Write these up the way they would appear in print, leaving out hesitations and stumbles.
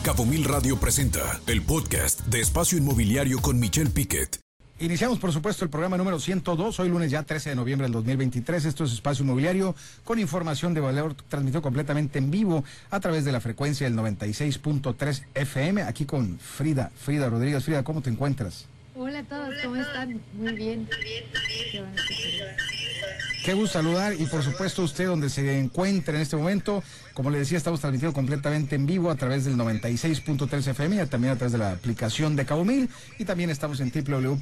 Cabo Mil Radio presenta el podcast de Espacio Inmobiliario con Michelle Piquet. Iniciamos, por supuesto, el programa número 102, hoy lunes ya 13 de noviembre del 2023. Esto es Espacio Inmobiliario con información de valor, transmitido completamente en vivo a través de la frecuencia del 96.3 FM, aquí con Frida Rodríguez. Frida, ¿cómo te encuentras? Hola a todos, ¿cómo están? Muy bien. Qué gusto saludar y por supuesto usted donde se encuentre en este momento. Como le decía, estamos transmitiendo completamente en vivo a través del 96.3 FM y también a través de la aplicación de Cabo Mil, y también estamos en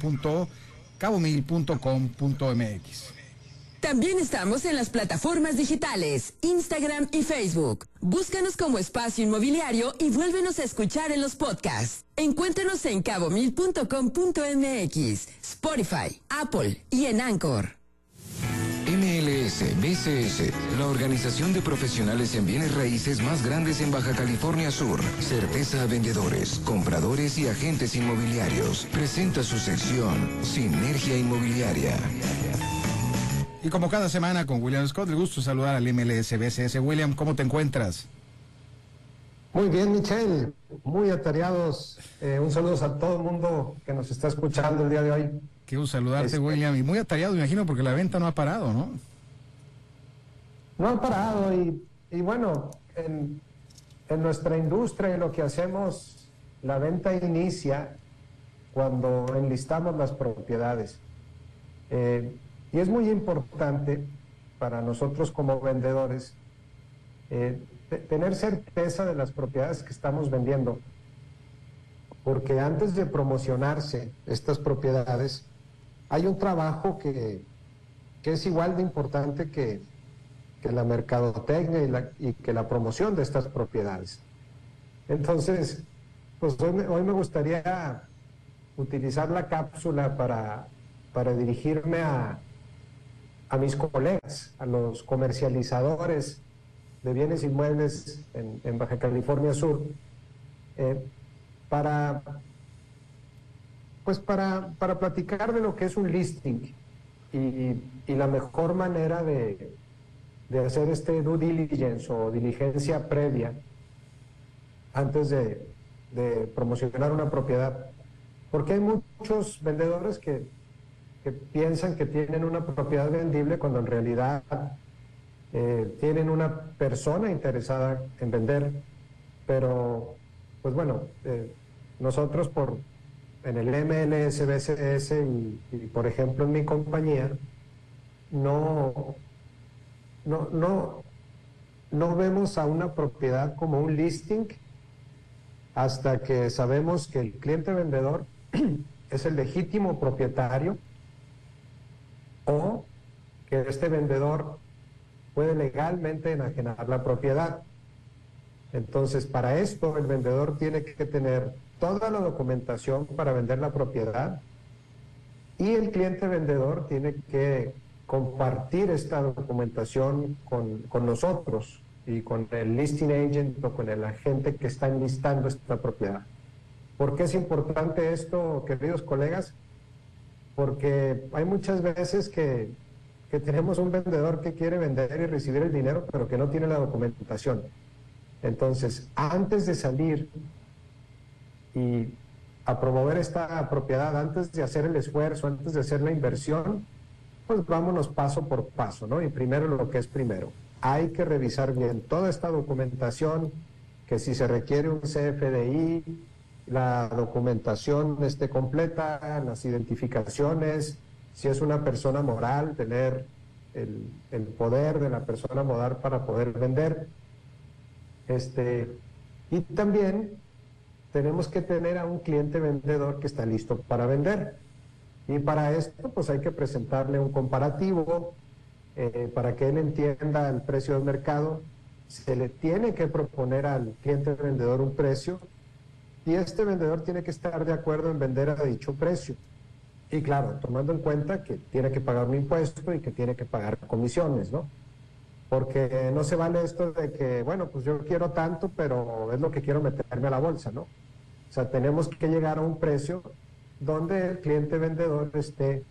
www.cabomil.com.mx. También estamos en las plataformas digitales, Instagram y Facebook. Búscanos como Espacio Inmobiliario y vuélvenos a escuchar en los podcasts. Encuéntranos en cabomil.com.mx, Spotify, Apple y en Anchor. MLS BCS, la organización de profesionales en bienes raíces más grandes en Baja California Sur. Certeza a vendedores, compradores y agentes inmobiliarios. Presenta su sección Sinergia Inmobiliaria. Y como cada semana con William Scott, le gusto saludar al MLS BCS. William, ¿cómo te encuentras? Muy bien, Michelle, muy atareados. Un saludo a todo el mundo que nos está escuchando el día de hoy. Qué gusto saludarte, William, y muy atareado, me imagino, porque la venta no ha parado, ¿no? No ha parado y bueno, en nuestra industria y lo que hacemos, la venta inicia cuando enlistamos las propiedades. Y es muy importante para nosotros como vendedores tener certeza de las propiedades que estamos vendiendo, porque antes de promocionarse estas propiedades, hay un trabajo que es igual de importante que la mercadotecnia y que la promoción de estas propiedades. Entonces, pues hoy me gustaría utilizar la cápsula para dirigirme a mis colegas, a los comercializadores de bienes inmuebles en Baja California Sur, para platicar de lo que es un listing y la mejor manera de hacer este due diligence o diligencia previa antes de promocionar una propiedad. Porque hay muchos vendedores que piensan que tienen una propiedad vendible cuando en realidad tienen una persona interesada en vender, pero pues bueno, nosotros en el MLS BCS y por ejemplo en mi compañía no vemos a una propiedad como un listing hasta que sabemos que el cliente vendedor es el legítimo propietario o que este vendedor puede legalmente enajenar la propiedad. Entonces, para esto el vendedor tiene que tener toda la documentación para vender la propiedad y el cliente vendedor tiene que compartir esta documentación con nosotros y con el listing agent o con el agente que está enlistando esta propiedad. ¿Por qué es importante esto, queridos colegas? Porque hay muchas veces que tenemos un vendedor que quiere vender y recibir el dinero, pero que no tiene la documentación. Entonces, antes de salir y a promover esta propiedad, antes de hacer el esfuerzo, antes de hacer la inversión, pues vámonos paso por paso, ¿no? Y primero lo que es primero. Hay que revisar bien toda esta documentación, que si se requiere un CFDI, la documentación esté completa, las identificaciones, si es una persona moral, tener el poder de la persona moral para poder vender. Y también tenemos que tener a un cliente vendedor que está listo para vender. Y para esto, pues hay que presentarle un comparativo para que él entienda el precio del mercado. Se le tiene que proponer al cliente vendedor un precio y este vendedor tiene que estar de acuerdo en vender a dicho precio. Y claro, tomando en cuenta que tiene que pagar un impuesto y que tiene que pagar comisiones, ¿no? Porque no se vale esto de que, bueno, pues yo quiero tanto, pero es lo que quiero meterme a la bolsa, ¿no? O sea, tenemos que llegar a un precio donde el cliente vendedor esté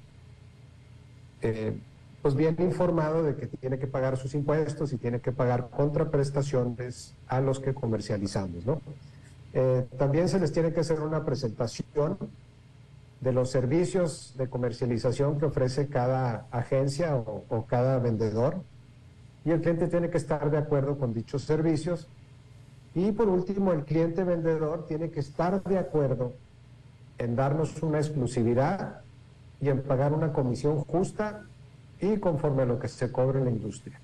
pues bien informado de que tiene que pagar sus impuestos y tiene que pagar contraprestaciones a los que comercializamos, ¿no? También se les tiene que hacer una presentación de los servicios de comercialización que ofrece cada agencia o cada vendedor, y el cliente tiene que estar de acuerdo con dichos servicios. Y por último, el cliente vendedor tiene que estar de acuerdo en darnos una exclusividad y en pagar una comisión justa y conforme a lo que se cobre en la industria.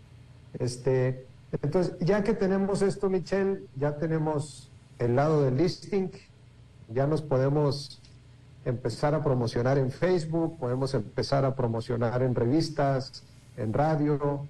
Entonces, ya que tenemos esto, Michelle, ya tenemos el lado del listing, ya nos podemos empezar a promocionar en Facebook, podemos empezar a promocionar en revistas, en radio,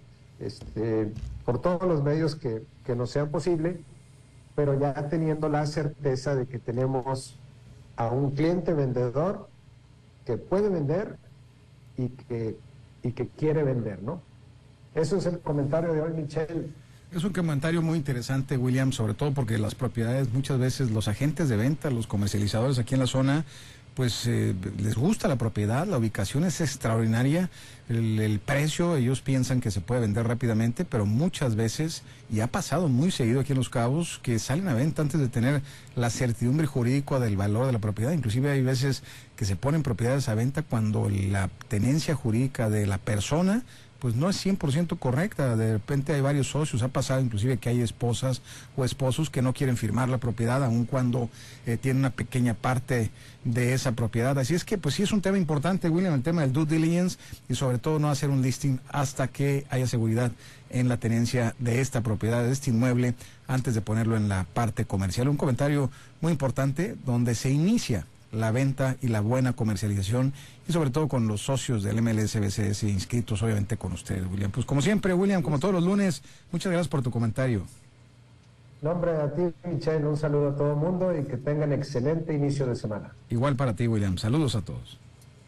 por todos los medios que nos sean posible, pero ya teniendo la certeza de que tenemos a un cliente vendedor que puede vender y que quiere vender, ¿no? Eso es el comentario de hoy, Michelle. Es un comentario muy interesante, William, sobre todo porque las propiedades, muchas veces los agentes de venta, los comercializadores aquí en la zona, pues les gusta la propiedad, la ubicación es extraordinaria, el precio, ellos piensan que se puede vender rápidamente, pero muchas veces, y ha pasado muy seguido aquí en Los Cabos, que salen a venta antes de tener la certidumbre jurídica del valor de la propiedad. Inclusive hay veces que se ponen propiedades a venta cuando la tenencia jurídica de la persona pues no es 100% correcta. De repente hay varios socios, ha pasado inclusive que hay esposas o esposos que no quieren firmar la propiedad aun cuando tienen una pequeña parte de esa propiedad. Así es que pues sí es un tema importante, William, el tema del due diligence, y sobre todo no hacer un listing hasta que haya seguridad en la tenencia de esta propiedad, de este inmueble, antes de ponerlo en la parte comercial. Un comentario muy importante donde se inicia la venta y la buena comercialización, y sobre todo con los socios del MLS-BCS inscritos, obviamente con ustedes, William. Pues como siempre, William, como todos los lunes, muchas gracias por tu comentario. No, hombre, a ti, Michelle, un saludo a todo el mundo y que tengan excelente inicio de semana. Igual para ti, William. Saludos a todos.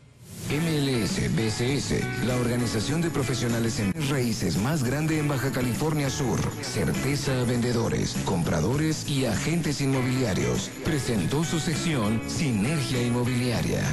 MLS-BCS, la organización de profesionales en raíces más grande en Baja California Sur. Certeza Vendedores, Compradores y Agentes Inmobiliarios. Presentó su sección Sinergia Inmobiliaria.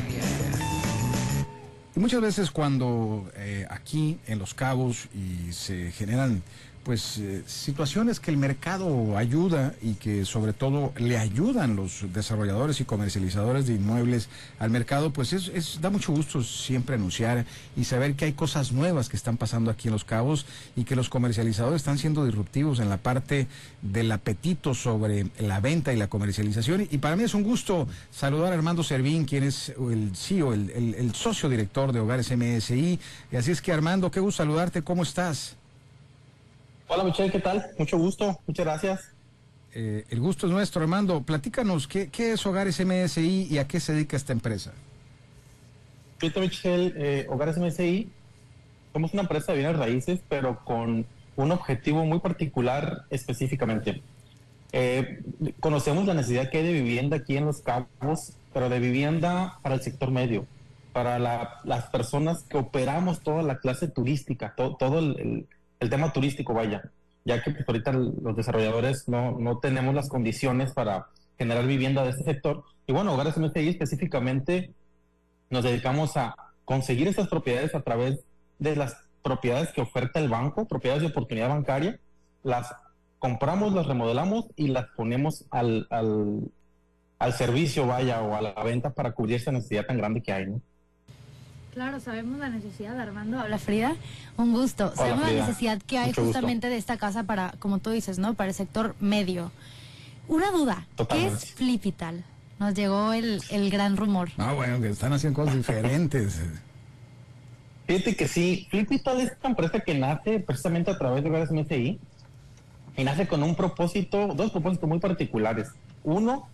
Y muchas veces cuando aquí en Los Cabos y se generan pues situaciones que el mercado ayuda y que sobre todo le ayudan los desarrolladores y comercializadores de inmuebles al mercado, pues da mucho gusto siempre anunciar y saber que hay cosas nuevas que están pasando aquí en Los Cabos y que los comercializadores están siendo disruptivos en la parte del apetito sobre la venta y la comercialización. Y para mí es un gusto saludar a Armando Servín, quien es el CEO, el socio director de Hogares MSI. Y así es que, Armando, qué gusto saludarte, ¿cómo estás? Hola Michelle, ¿qué tal? Mucho gusto, muchas gracias. El gusto es nuestro, Armando. Platícanos, ¿qué es Hogares MSI y a qué se dedica esta empresa? Fíjate, Michelle, Hogares MSI, somos una empresa de bienes raíces, pero con un objetivo muy particular específicamente. Conocemos la necesidad que hay de vivienda aquí en Los Cabos, pero de vivienda para el sector medio, para las personas que operamos toda la clase turística, todo el tema turístico, vaya, ya que pues, ahorita los desarrolladores no tenemos las condiciones para generar vivienda de este sector. Y bueno, Hogares MSI específicamente nos dedicamos a conseguir estas propiedades a través de las propiedades que oferta el banco, propiedades de oportunidad bancaria, las compramos, las remodelamos y las ponemos al servicio, vaya, o a la venta para cubrir esa necesidad tan grande que hay, ¿no? Claro, sabemos la necesidad, Armando. Hola, Frida. Un gusto. Hola, sabemos Frida. la necesidad que hay Mucho justamente de esta casa para, como tú dices, ¿no? Para el sector medio. Una duda. Totalmente. ¿Qué es Flipital? Nos llegó el gran rumor. Ah, bueno, que están haciendo cosas diferentes. Fíjate que sí, Flipital es una empresa que nace precisamente a través de Hogares MSI y nace con dos propósitos muy particulares. Uno,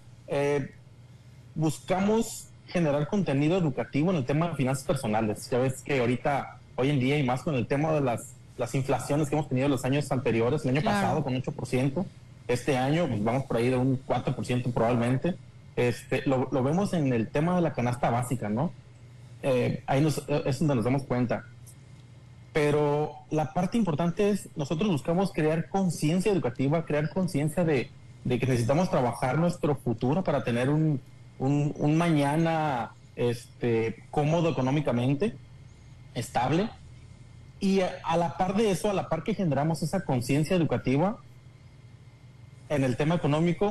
buscamos generar contenido educativo en el tema de finanzas personales. Ya ves que hoy en día, y más con el tema de las inflaciones que hemos tenido en los años anteriores, el año pasado con 8%, este año pues, vamos por ahí de un 4% probablemente. Lo vemos en el tema de la canasta básica, ¿no? Ahí es donde nos damos cuenta. Pero la parte importante es, nosotros buscamos crear conciencia educativa, crear conciencia de que necesitamos trabajar nuestro futuro para tener un mañana cómodo económicamente, estable, y a la par de eso, a la par que generamos esa conciencia educativa en el tema económico,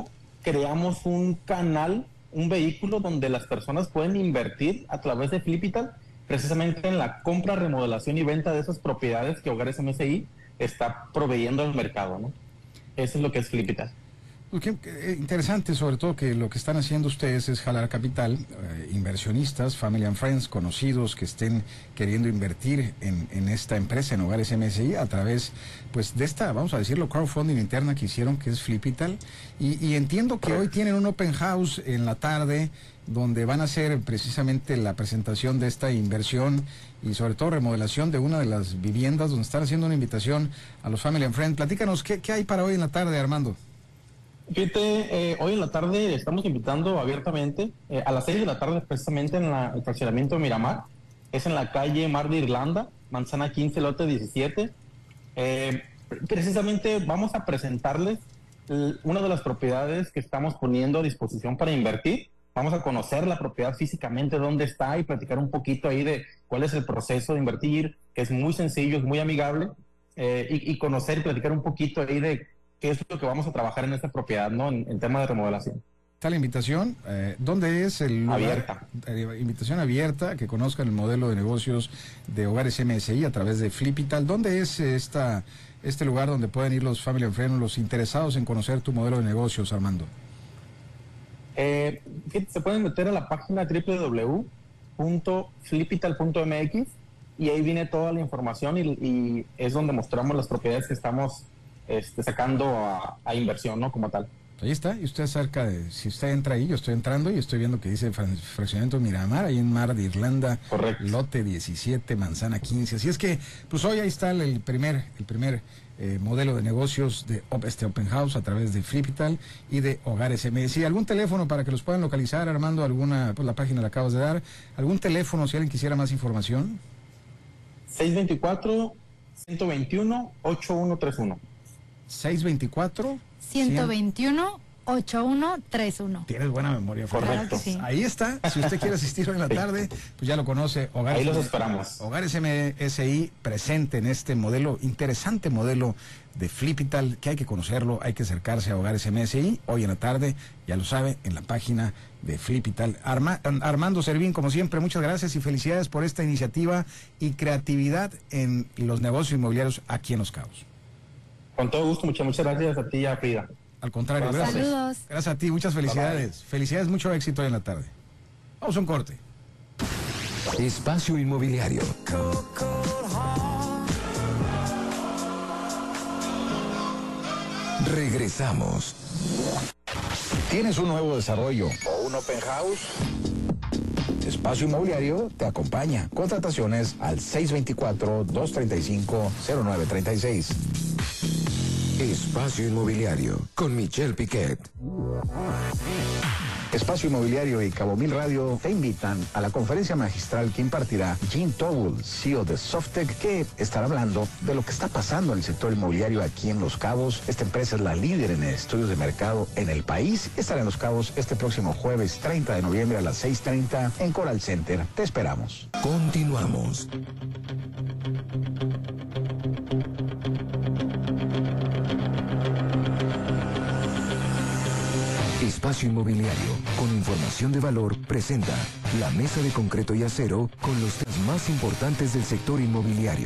creamos un canal, un vehículo donde las personas pueden invertir a través de Flipital, precisamente en la compra, remodelación y venta de esas propiedades que Hogares MSI está proveyendo al mercado, ¿no? Eso es lo que es Flipital. Interesante, sobre todo que lo que están haciendo ustedes es jalar capital, inversionistas, family and friends, conocidos que estén queriendo invertir en esta empresa, en Hogares MSI, a través pues de esta, vamos a decirlo, crowdfunding interna que hicieron, que es Flipital. Y entiendo que hoy tienen un open house en la tarde, donde van a hacer precisamente la presentación de esta inversión y sobre todo remodelación de una de las viviendas, donde están haciendo una invitación a los family and friends. Platícanos, ¿qué hay para hoy en la tarde, Armando? Fíjate, hoy en la tarde estamos invitando abiertamente, a las 6 de la tarde precisamente en el fraccionamiento Miramar, es en la calle Mar de Irlanda, manzana 15, lote 17. Precisamente vamos a presentarles una de las propiedades que estamos poniendo a disposición para invertir. Vamos a conocer la propiedad físicamente, dónde está, y platicar un poquito ahí de cuál es el proceso de invertir, que es muy sencillo, es muy amigable, y conocer y platicar un poquito ahí de qué es lo que vamos a trabajar en esta propiedad, ¿no? En tema de remodelación. Está la invitación. ¿Dónde es el lugar? Abierta. Invitación abierta, que conozcan el modelo de negocios de Hogares MSI a través de Flipital. ¿Dónde es este lugar donde pueden ir los family and friends, los interesados en conocer tu modelo de negocios, Armando? Se pueden meter a la página www.flipital.mx y ahí viene toda la información y es donde mostramos las propiedades que estamos sacando a inversión, ¿no? Como tal. Ahí está, y usted cerca de, si usted entra ahí, yo estoy entrando y estoy viendo que dice fraccionamiento Miramar, ahí en Mar de Irlanda. Correcto. Lote 17, manzana 15. Así es que, pues hoy ahí está el primer modelo de negocios de este Open House a través de Flipital y de Hogares MSI. ¿Algún teléfono para que los puedan localizar, Armando? ¿Alguna, pues la página la acabas de dar? ¿Algún teléfono si alguien quisiera más información? 624-121-8131. 624-121-8131. Tienes buena memoria. Correcto. Claro que sí. Ahí está. Si usted quiere asistir hoy en la tarde, pues ya lo conoce. Hogares, ahí los esperamos. Hogares MSI presente en este modelo, interesante modelo de Flipital, que hay que conocerlo, hay que acercarse a Hogares MSI hoy en la tarde, ya lo sabe, en la página de Flipital. Armando Servín, como siempre, muchas gracias y felicidades por esta iniciativa y creatividad en los negocios inmobiliarios aquí en Los Cabos. Con todo gusto, muchas gracias a ti y a Frida. Al contrario, gracias. Saludos. Gracias a ti, muchas felicidades. Bye, bye. Felicidades, mucho éxito hoy en la tarde. Vamos a un corte. Espacio Inmobiliario. Regresamos. ¿Tienes un nuevo desarrollo o un open house? Espacio Inmobiliario te acompaña. Contrataciones al 624-235-0936. Espacio Inmobiliario con Michelle Piquet. Espacio Inmobiliario y Cabo Mil Radio te invitan a la conferencia magistral que impartirá Jim Towell, CEO de Softec, que estará hablando de lo que está pasando en el sector inmobiliario aquí en Los Cabos. Esta empresa es la líder en estudios de mercado en el país. Estará en Los Cabos este próximo jueves 30 de noviembre a las 6:30 en Coral Center. Te esperamos. Continuamos. Espacio Inmobiliario, con información de valor, presenta la mesa de concreto y acero con los temas más importantes del sector inmobiliario.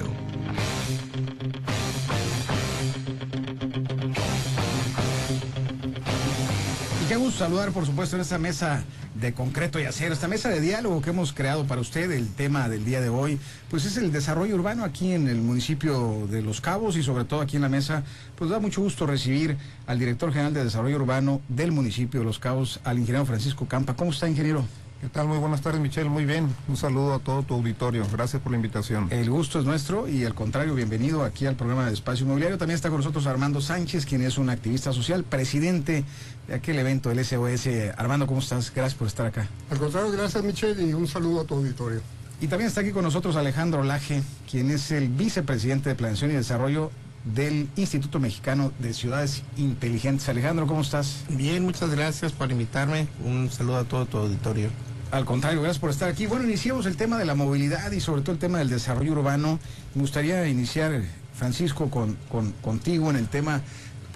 Y qué gusto saludar, por supuesto, en esta mesa de concreto y acero, esta mesa de diálogo que hemos creado para usted. El tema del día de hoy, pues es el desarrollo urbano aquí en el municipio de Los Cabos, y sobre todo aquí en la mesa, pues da mucho gusto recibir al director general de desarrollo urbano del municipio de Los Cabos, al ingeniero Francisco Campa. ¿Cómo está, ingeniero? ¿Qué tal? Muy buenas tardes, Michelle. Muy bien. Un saludo a todo tu auditorio. Gracias por la invitación. El gusto es nuestro y al contrario, bienvenido aquí al programa de Espacio Inmobiliario. También está con nosotros Armando Sánchez, quien es un activista social, presidente de aquel evento del SOS. Armando, ¿cómo estás? Gracias por estar acá. Al contrario, gracias, Michelle, y un saludo a tu auditorio. Y también está aquí con nosotros Alejandro Laje, quien es el vicepresidente de Planeación y Desarrollo del Instituto Mexicano de Ciudades Inteligentes. Alejandro, ¿cómo estás? Bien, muchas gracias por invitarme. Un saludo a todo tu auditorio. Al contrario, gracias por estar aquí. Bueno, iniciamos el tema de la movilidad y sobre todo el tema del desarrollo urbano. Me gustaría iniciar, Francisco, contigo en el tema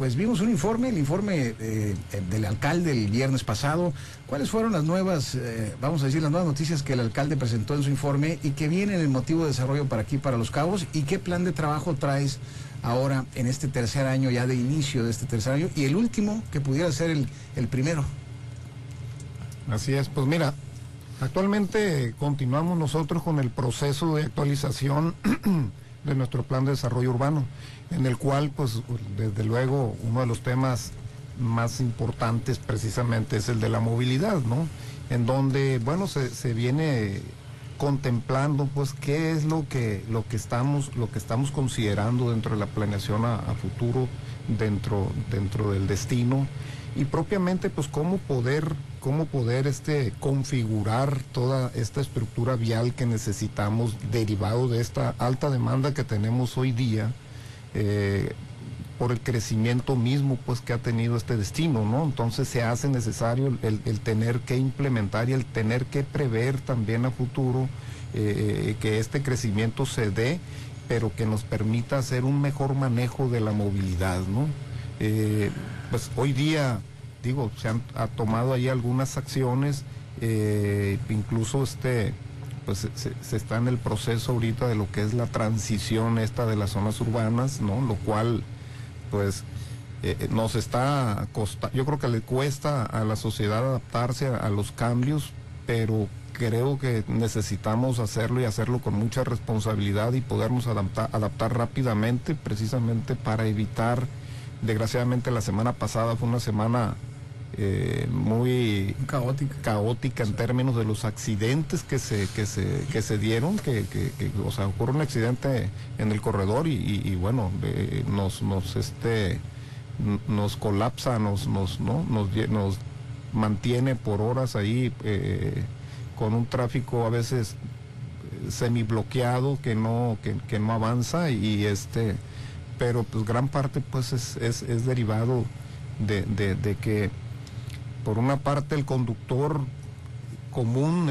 pues vimos un informe, el informe del alcalde el viernes pasado. ¿Cuáles fueron las nuevas, vamos a decir, las nuevas noticias que el alcalde presentó en su informe y que vienen en el motivo de desarrollo para aquí, para Los Cabos? ¿Y qué plan de trabajo traes ahora en este tercer año, ya de inicio de este tercer año, y el último que pudiera ser el primero? Así es, pues mira, actualmente continuamos nosotros con el proceso de actualización de nuestro plan de desarrollo urbano, en el cual, pues, desde luego, uno de los temas más importantes precisamente es el de la movilidad, ¿no? En donde, bueno, se viene contemplando, pues, qué es lo que estamos considerando dentro de la planeación a futuro, dentro del destino, y propiamente, pues, cómo poder configurar toda esta estructura vial que necesitamos derivado de esta alta demanda que tenemos hoy día, por el crecimiento mismo, pues, que ha tenido este destino, ¿no? Entonces se hace necesario el tener que implementar y el tener que prever también a futuro que este crecimiento se dé, pero que nos permita hacer un mejor manejo de la movilidad, ¿no? Pues hoy día, digo, se han tomado ahí algunas acciones, incluso pues se está en el proceso ahorita de lo que es la transición esta de las zonas urbanas, ¿no? Lo cual, pues, nos está costando, yo creo que le cuesta a la sociedad adaptarse a los cambios, pero creo que necesitamos hacerlo y hacerlo con mucha responsabilidad y podernos adaptar rápidamente, precisamente para evitar, desgraciadamente la semana pasada fue una semana muy caótica en términos de los accidentes que se dieron, o sea, ocurre un accidente en el corredor y bueno, nos colapsa, nos mantiene por horas ahí con un tráfico a veces semibloqueado que no avanza pero pues gran parte, pues, es derivado de que por una parte el conductor común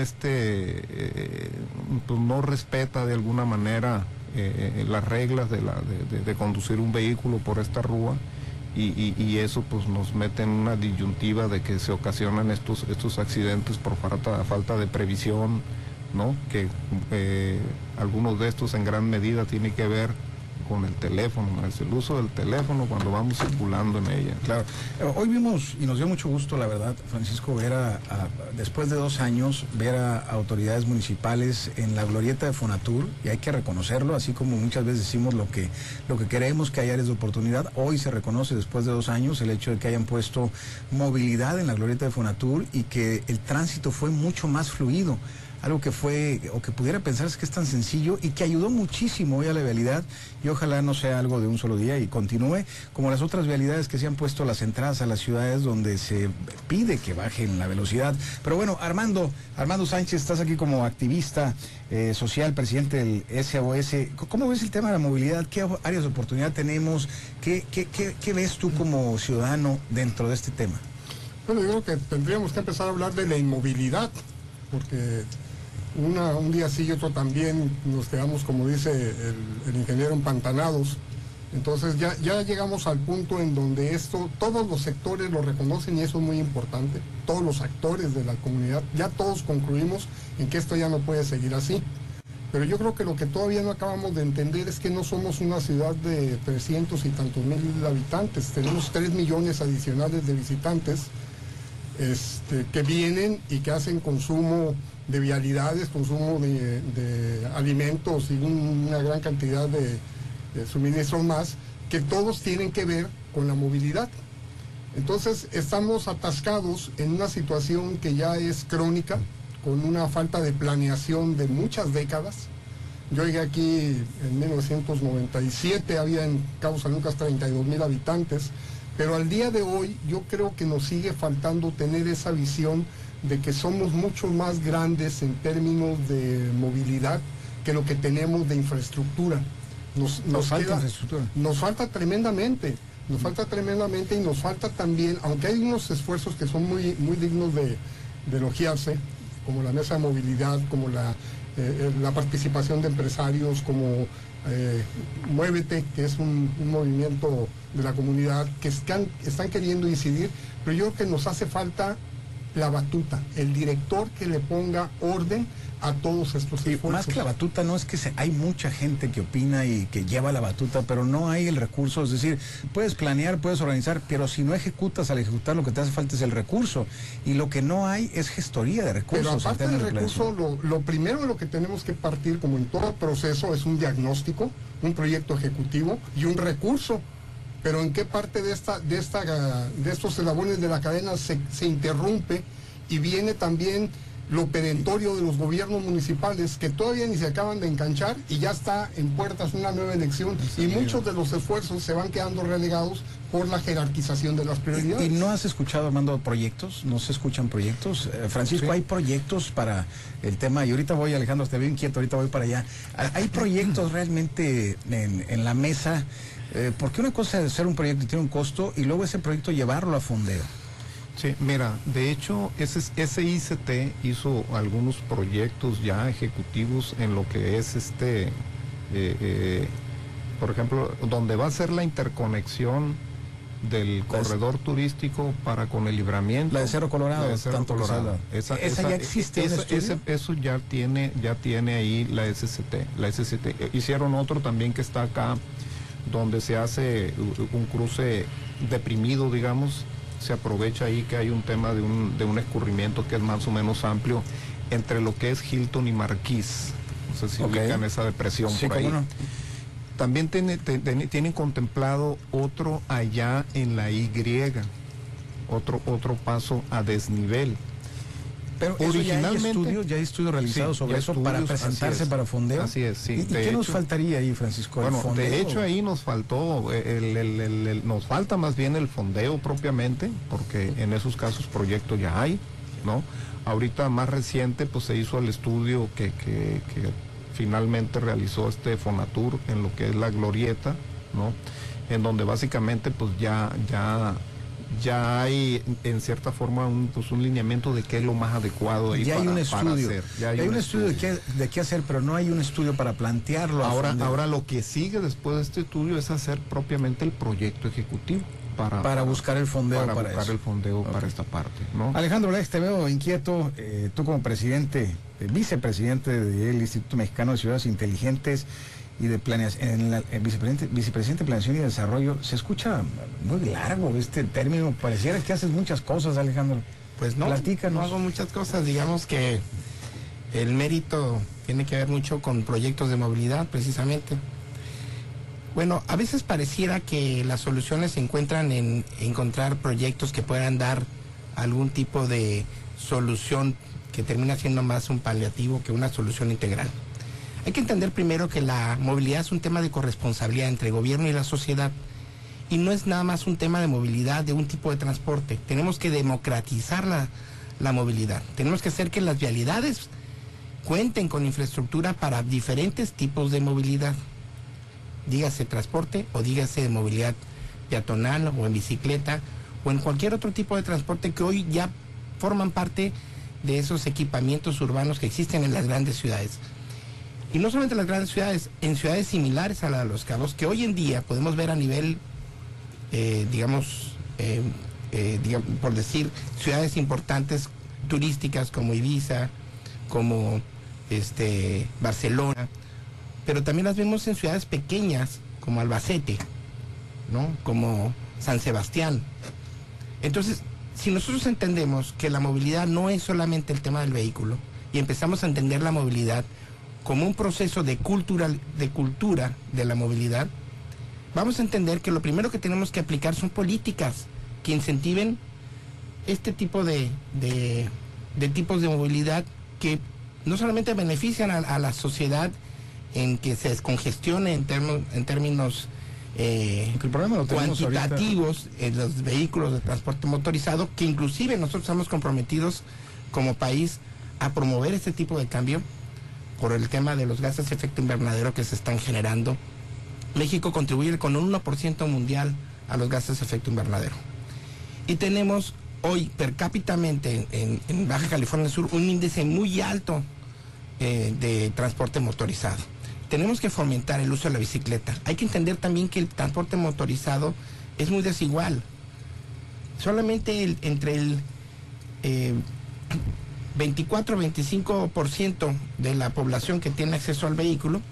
pues no respeta de alguna manera las reglas de conducir un vehículo por esta rúa, y eso pues nos mete en una disyuntiva de que se ocasionan estos accidentes por falta de previsión, ¿no? Que algunos de estos en gran medida tienen que ver con el teléfono, es el uso del teléfono cuando vamos circulando en ella. Claro. Hoy vimos, y nos dio mucho gusto, la verdad, Francisco, ver después de 2 años, ver a autoridades municipales en la glorieta de Fonatur, y hay que reconocerlo, así como muchas veces decimos lo que queremos, que hay áreas de oportunidad. Hoy se reconoce, después de 2 años, el hecho de que hayan puesto movilidad en la glorieta de Fonatur y que el tránsito fue mucho más fluido. Algo que fue, o que pudiera pensarse que es tan sencillo y que ayudó muchísimo hoy a la vialidad, y ojalá no sea algo de un solo día y continúe, como las otras vialidades que se han puesto las entradas a las ciudades donde se pide que bajen la velocidad. Pero bueno, Armando Sánchez, estás aquí como activista social, presidente del SOS. ¿Cómo ves el tema de la movilidad? ¿Qué áreas de oportunidad tenemos? ¿Qué ves tú como ciudadano dentro de este tema? Bueno, yo creo que tendríamos que empezar a hablar de la inmovilidad, porque un día sí y otro también nos quedamos, como dice el ingeniero, empantanados. Entonces ya llegamos al punto en donde todos los sectores lo reconocen, y eso es muy importante. Todos los actores de la comunidad, ya todos concluimos en que esto ya no puede seguir así. Pero yo creo que lo que todavía no acabamos de entender es que no somos una ciudad de 300 y tantos mil habitantes. Tenemos 3 millones adicionales de visitantes que vienen y que hacen consumo de vialidades, consumo de alimentos y una gran cantidad de suministros más, que todos tienen que ver con la movilidad. Entonces estamos atascados en una situación que ya es crónica, con una falta de planeación de muchas décadas. Yo llegué aquí en 1997, había en Cabo San Lucas 32,000 habitantes, pero al día de hoy yo creo que nos sigue faltando tener esa visión de que somos mucho más grandes en términos de movilidad que lo que tenemos de infraestructura. Nos falta infraestructura. Nos falta tremendamente, y nos falta también, aunque hay unos esfuerzos que son muy dignos de elogiarse, como la mesa de movilidad, como la participación de empresarios, como Muévete, que es un movimiento de la comunidad que están queriendo incidir, pero yo creo que nos hace falta la batuta, el director que le ponga orden a todos estos esfuerzos. Más que la batuta, no es que hay mucha gente que opina y que lleva la batuta, pero no hay el recurso. Es decir, puedes planear, puedes organizar, pero si no ejecutas, al ejecutar lo que te hace falta es el recurso. Y lo que no hay es gestoría de recursos. Pero aparte del recurso, lo primero de lo que tenemos que partir, como en todo proceso, es un diagnóstico, un proyecto ejecutivo y un recurso. Pero ¿en qué parte de estos eslabones de la cadena se interrumpe y viene también lo perentorio de los gobiernos municipales que todavía ni se acaban de enganchar y ya está en puertas una nueva elección y muchos de los esfuerzos se van quedando relegados por la jerarquización de las prioridades? ¿Y no has escuchado, Armando, proyectos? ¿No se escuchan proyectos? Francisco, sí. ¿Hay proyectos para el tema? Y ahorita voy, Alejandro, te veo inquieto, ahorita voy para allá. ¿Hay proyectos realmente en la mesa? Porque una cosa es hacer un proyecto y tiene un costo y luego ese proyecto llevarlo a fondeo. Sí, mira, de hecho, ese ICT hizo algunos proyectos ya ejecutivos en lo que es por ejemplo, donde va a ser la interconexión del corredor turístico para con el Libramiento. La de Cerro Colorado. La de Cerro Colorado. Esa ya existe. Eso ya tiene ahí la SCT. Hicieron otro también que está acá, donde se hace un cruce deprimido, digamos. Se aprovecha ahí que hay un tema de un escurrimiento que es más o menos amplio entre lo que es Hilton y Marquís. No sé si ubican esa depresión por ahí. No. También tienen contemplado otro allá en la Y, otro paso a desnivel. Pero originalmente ya hay estudios realizados sobre eso para presentarse para fondeo. Así es, sí. ¿Y qué nos faltaría ahí, Francisco? Bueno, de hecho ahí nos faltó, nos falta más bien el fondeo propiamente, porque en esos casos proyectos ya hay, ¿no? Ahorita más reciente pues se hizo el estudio que finalmente realizó Fonatur en lo que es la Glorieta, ¿no? En donde básicamente pues ya hay en cierta forma un lineamiento de qué es lo más adecuado ahí ya hay un estudio, hacer. Hay un estudio de qué hacer, pero no hay un estudio para plantearlo. Ahora lo que sigue después de este estudio es hacer propiamente el proyecto ejecutivo para buscar el fondeo para buscar el fondeo para esta parte, ¿no? Alejandro Lex, te veo inquieto, tú como vicepresidente del Instituto Mexicano de Ciudades Inteligentes y de planeación, vicepresidente de Planeación y Desarrollo. Se escucha muy largo este término, pareciera que haces muchas cosas, Alejandro. Pues no, platícanos. No hago muchas cosas, digamos que el mérito tiene que ver mucho con proyectos de movilidad, precisamente. Bueno, a veces pareciera que las soluciones se encuentran en encontrar proyectos que puedan dar algún tipo de solución que termina siendo más un paliativo que una solución integral. Hay que entender primero que la movilidad es un tema de corresponsabilidad entre gobierno y la sociedad y no es nada más un tema de movilidad de un tipo de transporte. Tenemos que democratizar la movilidad. Tenemos que hacer que las vialidades cuenten con infraestructura para diferentes tipos de movilidad. Dígase transporte o dígase de movilidad peatonal o en bicicleta o en cualquier otro tipo de transporte que hoy ya forman parte de esos equipamientos urbanos que existen en las grandes ciudades. Y no solamente en las grandes ciudades, en ciudades similares a la de Los Cabos, que hoy en día podemos ver a nivel, digamos, por decir, ciudades importantes turísticas como Ibiza, como Barcelona, pero también las vemos en ciudades pequeñas como Albacete, ¿no? Como San Sebastián. Entonces, si nosotros entendemos que la movilidad no es solamente el tema del vehículo y empezamos a entender la movilidad como un proceso de cultura de la movilidad, vamos a entender que lo primero que tenemos que aplicar son políticas que incentiven este tipo de tipos de movilidad que no solamente benefician a la sociedad en que se descongestione en términos cuantitativos en los vehículos de transporte motorizado, que inclusive nosotros estamos comprometidos como país a promover este tipo de cambio por el tema de los gases de efecto invernadero que se están generando. México contribuye con un 1% mundial a los gases de efecto invernadero. Y tenemos hoy per cápitamente en Baja California Sur un índice muy alto de transporte motorizado. tenemos que fomentar el uso de la bicicleta. Hay que entender también que el transporte motorizado es muy desigual. Solamente entre el 24-25% de la población que tiene acceso al vehículo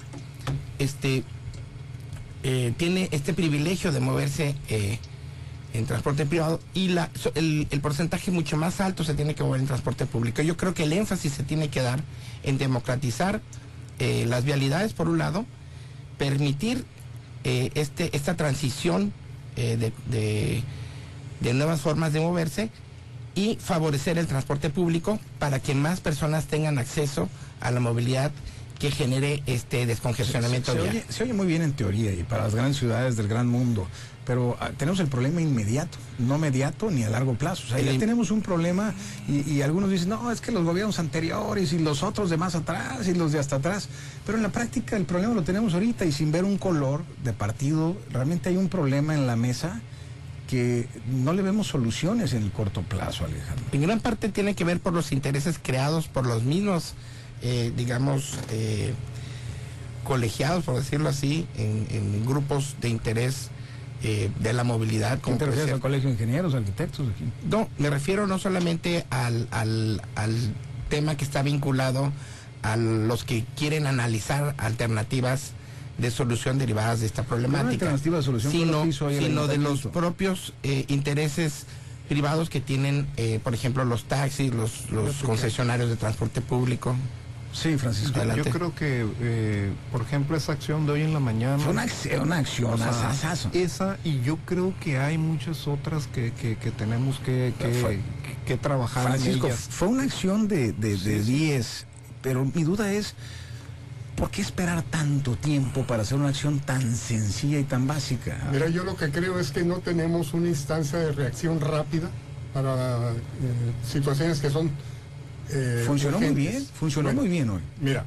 tiene este privilegio de moverse en transporte privado, y el porcentaje mucho más alto se tiene que mover en transporte público. Yo creo que el énfasis se tiene que dar en democratizar las vialidades, por un lado, permitir esta transición de nuevas formas de moverse, y favorecer el transporte público para que más personas tengan acceso a la movilidad que genere este descongestionamiento vial. Se oye muy bien en teoría y para las grandes ciudades del gran mundo, pero tenemos el problema inmediato, no mediato ni a largo plazo. O sea, ya tenemos un problema y algunos dicen, no, es que los gobiernos anteriores y los otros de más atrás y los de hasta atrás, pero en la práctica el problema lo tenemos ahorita, y sin ver un color de partido, realmente hay un problema en la mesa que no le vemos soluciones en el corto plazo, Alejandro. En gran parte tiene que ver por los intereses creados por los mismos, colegiados, por decirlo así, en grupos de interés de la movilidad. ¿Qué te refieres al colegio de ingenieros, arquitectos? No, me refiero no solamente al tema que está vinculado a los que quieren analizar alternativas de solución derivadas de esta problemática, sino de los propios intereses privados que tienen, por ejemplo, los taxis, los concesionarios de transporte público. Sí, Francisco. Yo creo que, por ejemplo, esa acción de hoy en la mañana... Fue una acción, o sea, esa, y yo creo que hay muchas otras que tenemos que trabajar. Francisco, en ellas. Fue una acción de 10, pero mi duda es, ¿por qué esperar tanto tiempo para hacer una acción tan sencilla y tan básica? Mira, yo lo que creo es que no tenemos una instancia de reacción rápida para situaciones que son funcionó urgentes. Muy bien hoy. Mira,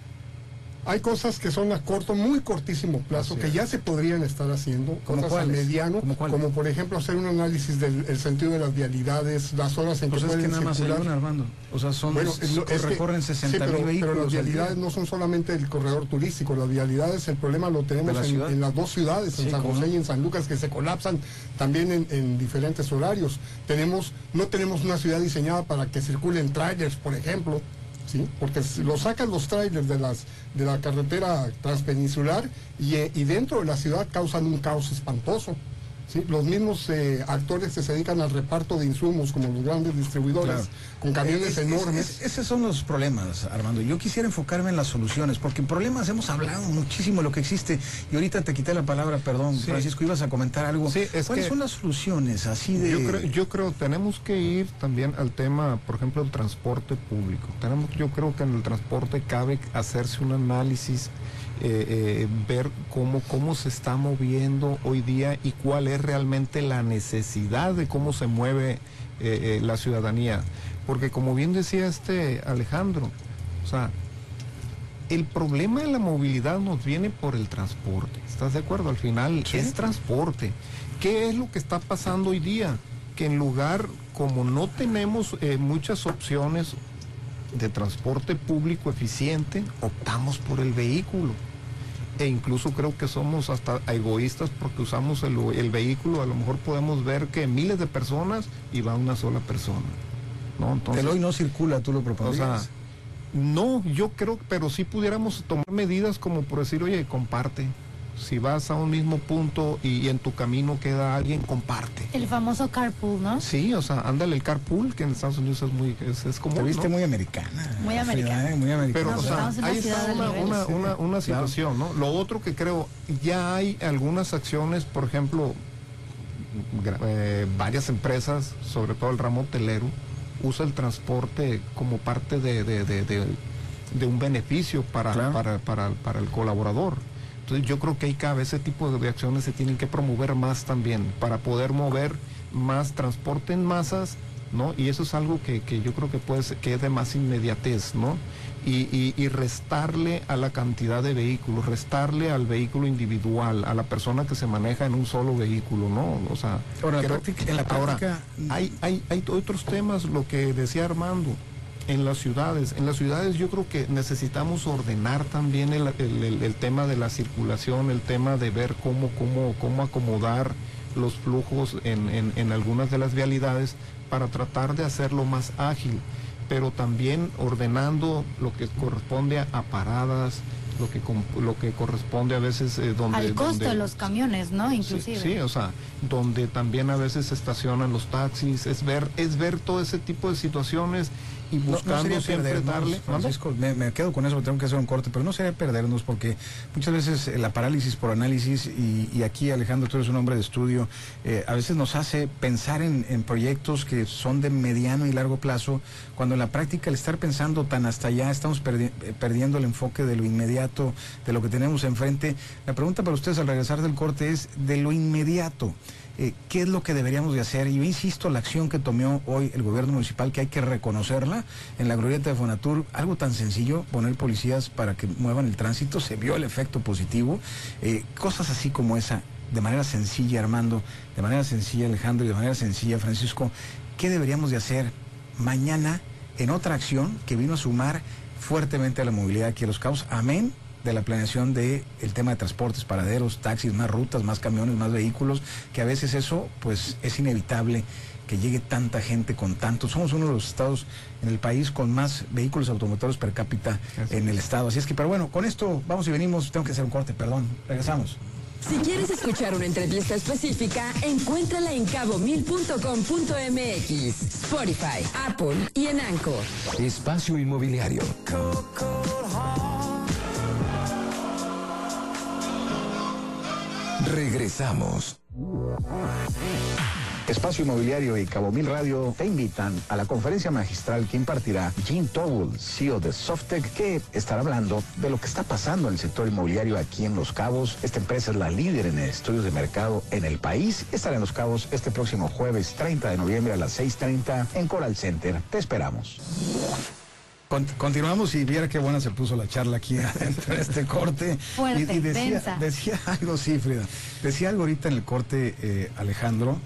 hay cosas que son a muy cortísimo plazo, que ya se podrían estar haciendo, cosas a mediano, como por ejemplo hacer un análisis del sentido de las vialidades, las horas en que pueden es que nada más circular. Hay una, Armando. O sea, recorren 60,000 vehículos. Pero las vialidades no son solamente el corredor turístico, las vialidades, el problema lo tenemos en las dos ciudades, en San José y en San Lucas, que se colapsan también en diferentes horarios. No tenemos una ciudad diseñada para que circulen trailers, por ejemplo. ¿Sí? Porque lo sacan los trailers de la carretera transpeninsular y dentro de la ciudad causan un caos espantoso. ¿Sí? Los mismos actores que se dedican al reparto de insumos, como los grandes distribuidores, con camiones enormes. Esos son los problemas, Armando. Yo quisiera enfocarme en las soluciones, porque en problemas hemos hablado muchísimo de lo que existe, y ahorita te quité la palabra, perdón, Francisco, ibas a comentar algo. Sí, ¿Cuáles son las soluciones así de...? Yo creo tenemos que ir también al tema, por ejemplo, del transporte público. Yo creo que en el transporte cabe hacerse un análisis, ver cómo se está moviendo hoy día y cuál es realmente la necesidad de cómo se mueve la ciudadanía. Porque como bien decía Alejandro, o sea, el problema de la movilidad nos viene por el transporte. ¿Estás de acuerdo? Al final es transporte. ¿Qué es lo que está pasando hoy día? Que en lugar, como no tenemos muchas opciones de transporte público eficiente, optamos por el vehículo. E incluso creo que somos hasta egoístas porque usamos el vehículo. A lo mejor podemos ver que miles de personas y va una sola persona, ¿no? Entonces, pero hoy no circula, tú lo propondrías. O sea, no, yo creo, pero sí pudiéramos tomar medidas como por decir, oye, comparte. Si vas a un mismo punto y en tu camino queda alguien, comparte. El famoso carpool, ¿no? Sí, o sea, ándale el carpool, que en Estados Unidos es como... Te viste, ¿no? Muy americana. Muy americana. Muy americana. Pero, o sea, ahí está una situación, ¿no? Lo otro que creo, ya hay algunas acciones, por ejemplo, varias empresas, sobre todo el ramo hotelero, usa el transporte como parte de un beneficio para el colaborador. Entonces yo creo que hay cada vez ese tipo de acciones se tienen que promover más también para poder mover más transporte en masas, ¿no? Y eso es algo que yo creo que es de más inmediatez, ¿no? Y restarle a la cantidad de vehículos, restarle al vehículo individual, a la persona que se maneja en un solo vehículo, ¿no? O sea, en la práctica hay otros temas, lo que decía Armando. En las ciudades yo creo que necesitamos ordenar también el tema de la circulación, el tema de ver cómo acomodar los flujos en algunas de las vialidades para tratar de hacerlo más ágil, pero también ordenando lo que corresponde a paradas, lo que corresponde a veces al costo de los camiones, ¿no? Inclusive. Sí, o sea, donde también a veces se estacionan los taxis, es ver todo ese tipo de situaciones y buscando no siempre darle. Francisco, me quedo con eso, tengo que hacer un corte, pero no sería perdernos, porque muchas veces la parálisis por análisis, y aquí, Alejandro, tú eres un hombre de estudio, a veces nos hace pensar en proyectos que son de mediano y largo plazo, cuando en la práctica, al estar pensando tan hasta allá, estamos perdiendo el enfoque de lo inmediato, de lo que tenemos enfrente. La pregunta para ustedes al regresar del corte es, de lo inmediato, ¿qué es lo que deberíamos de hacer? Y yo insisto, la acción que tomó hoy el gobierno municipal, que hay que reconocerla, en la glorieta de Fonatur, algo tan sencillo, poner policías para que muevan el tránsito, se vio el efecto positivo, cosas así como esa, de manera sencilla, Armando, de manera sencilla, Alejandro, y de manera sencilla, Francisco, ¿qué deberíamos de hacer mañana en otra acción que vino a sumar fuertemente a la movilidad aquí a Los Cabos? Amén de la planeación del tema de transportes, paraderos, taxis, más rutas, más camiones, más vehículos, que a veces eso pues es inevitable que llegue tanta gente con tantos. Somos uno de los estados en el país con más vehículos automotores per cápita en el estado. Así es que, pero bueno, con esto vamos y venimos. Tengo que hacer un corte, perdón. Regresamos. Si quieres escuchar una entrevista específica, encuéntrala en cabo1000.com.mx, Spotify, Apple y en Anchor. Espacio Inmobiliario. Regresamos. Espacio Inmobiliario y Cabo Mil Radio te invitan a la conferencia magistral que impartirá Jim Towell, CEO de Softec, que estará hablando de lo que está pasando en el sector inmobiliario aquí en Los Cabos. Esta empresa es la líder en estudios de mercado en el país. Estará en Los Cabos este próximo jueves 30 de noviembre a las 6:30 en Coral Center. Te esperamos. Continuamos, y viera qué buena se puso la charla aquí entre este corte. Fuerte, y densa. decía algo, sí, Frida. Decía algo ahorita en el corte, Alejandro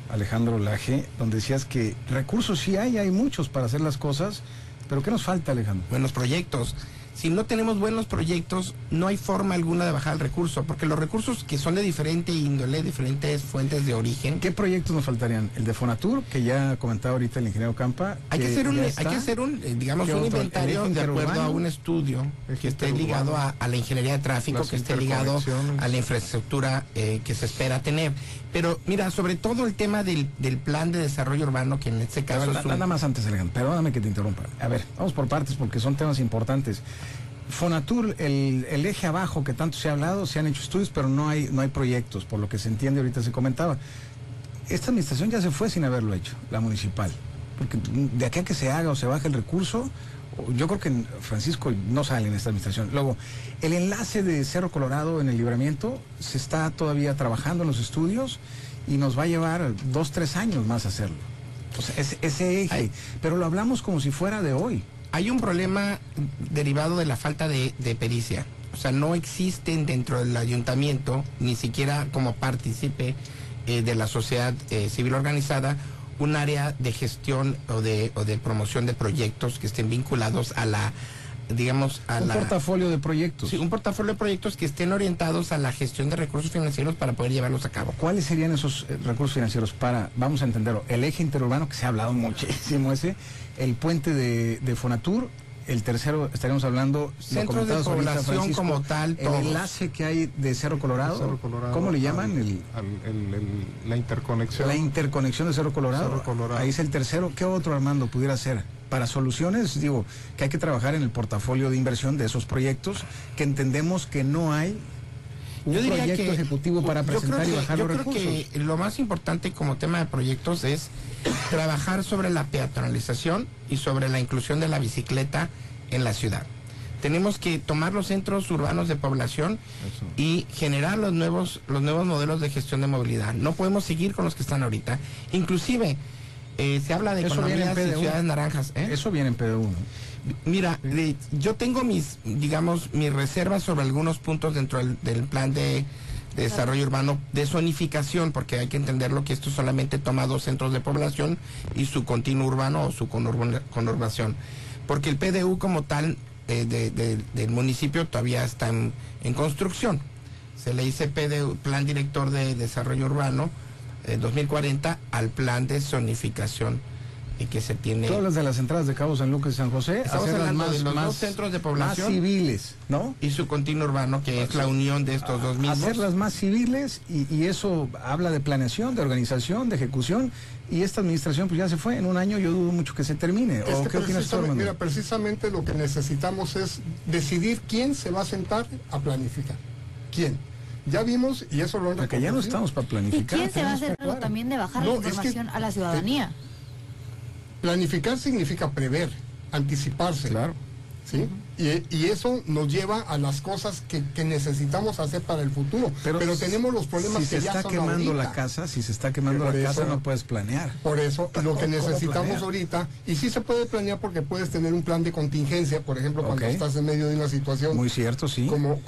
Laje, donde decías que recursos sí hay muchos para hacer las cosas, pero ¿qué nos falta, Alejandro? Buenos proyectos. Si no tenemos buenos proyectos, no hay forma alguna de bajar el recurso, porque los recursos que son de diferente índole, diferentes fuentes de origen. ¿Qué proyectos nos faltarían? El de Fonatur, que ya comentaba ahorita el ingeniero Campa. Hay que hacer un inventario de acuerdo a un estudio que esté ligado a la ingeniería de tráfico, que esté ligado a la infraestructura que se espera tener. Pero mira, sobre todo el tema del plan de desarrollo urbano, que en este caso es nada más antes, Alejandro, perdóname que te interrumpa. A ver, vamos por partes porque son temas importantes. Fonatur, el eje abajo que tanto se ha hablado, se han hecho estudios, pero no hay proyectos, por lo que se entiende, ahorita se comentaba. Esta administración ya se fue sin haberlo hecho, la municipal, porque de aquí a que se haga o se baje el recurso, yo creo que Francisco no sale en esta administración. Luego, el enlace de Cerro Colorado en el Libramiento se está todavía trabajando en los estudios y nos va a llevar 2-3 años más hacerlo. O sea, ese eje, pero lo hablamos como si fuera de hoy. Hay un problema derivado de la falta de pericia. O sea, no existen dentro del ayuntamiento, ni siquiera como partícipe de la sociedad civil organizada, un área de gestión o de promoción de proyectos que estén vinculados a la, digamos, un portafolio de proyectos. Sí, un portafolio de proyectos que estén orientados a la gestión de recursos financieros para poder llevarlos a cabo. ¿Cuáles serían esos recursos financieros para, vamos a entenderlo, el eje interurbano, que se ha hablado muchísimo el puente de Fonatur, el tercero, estaríamos hablando, centros de población como tal, el enlace que hay de Cerro Colorado, ¿cómo le llaman? La interconexión. La interconexión de Cerro Colorado. Ahí es el tercero. ¿Qué otro, Armando, pudiera ser? Para soluciones, digo, que hay que trabajar en el portafolio de inversión de esos proyectos, que entendemos que no hay un proyecto ejecutivo para presentar y bajar los recursos. Yo creo que lo más importante como tema de proyectos es trabajar sobre la peatonalización y sobre la inclusión de la bicicleta en la ciudad. Tenemos que tomar los centros urbanos de población y generar los nuevos modelos de gestión de movilidad. No podemos seguir con los que están ahorita. Inclusive, se habla de economías y ciudades naranjas. Eso viene en PDU, ¿no? Mira, yo tengo mis reservas sobre algunos puntos dentro del plan de desarrollo urbano de zonificación, porque hay que entenderlo que esto solamente toma 2 centros de población y su continuo urbano o su conurbación, porque el PDU como tal del municipio todavía está en construcción. Se le dice PDU, Plan Director de Desarrollo Urbano 2040, al plan de zonificación y que se tiene. Todas las de las entradas de Cabo San Lucas y San José, estamos hablando de los 2 centros de población más civiles, ¿no? Y su continuo urbano, que es la unión de estos dos mismos. Hacerlas más civiles, y eso habla de planeación, de organización, de ejecución, y esta administración pues ya se fue. En un año yo dudo mucho que se termine. ¿O qué opinas tú, Armando? Mira, precisamente lo que necesitamos es decidir quién se va a sentar a planificar. ¿Quién? Ya vimos, y eso lo han Porque ya no estamos para planificar. ¿Y quién se va a hacer cargo también de bajar la información a la ciudadanía? Planificar significa prever, anticiparse. Claro. ¿Sí? Y eso nos lleva a las cosas que necesitamos hacer para el futuro. Pero tenemos los problemas que ya son ahorita. Si se está quemando la casa, no puedes planear. Por eso, lo que necesitamos ahorita, y sí se puede planear porque puedes tener un plan de contingencia, por ejemplo, cuando estás en medio de una situación. Muy cierto, sí. Como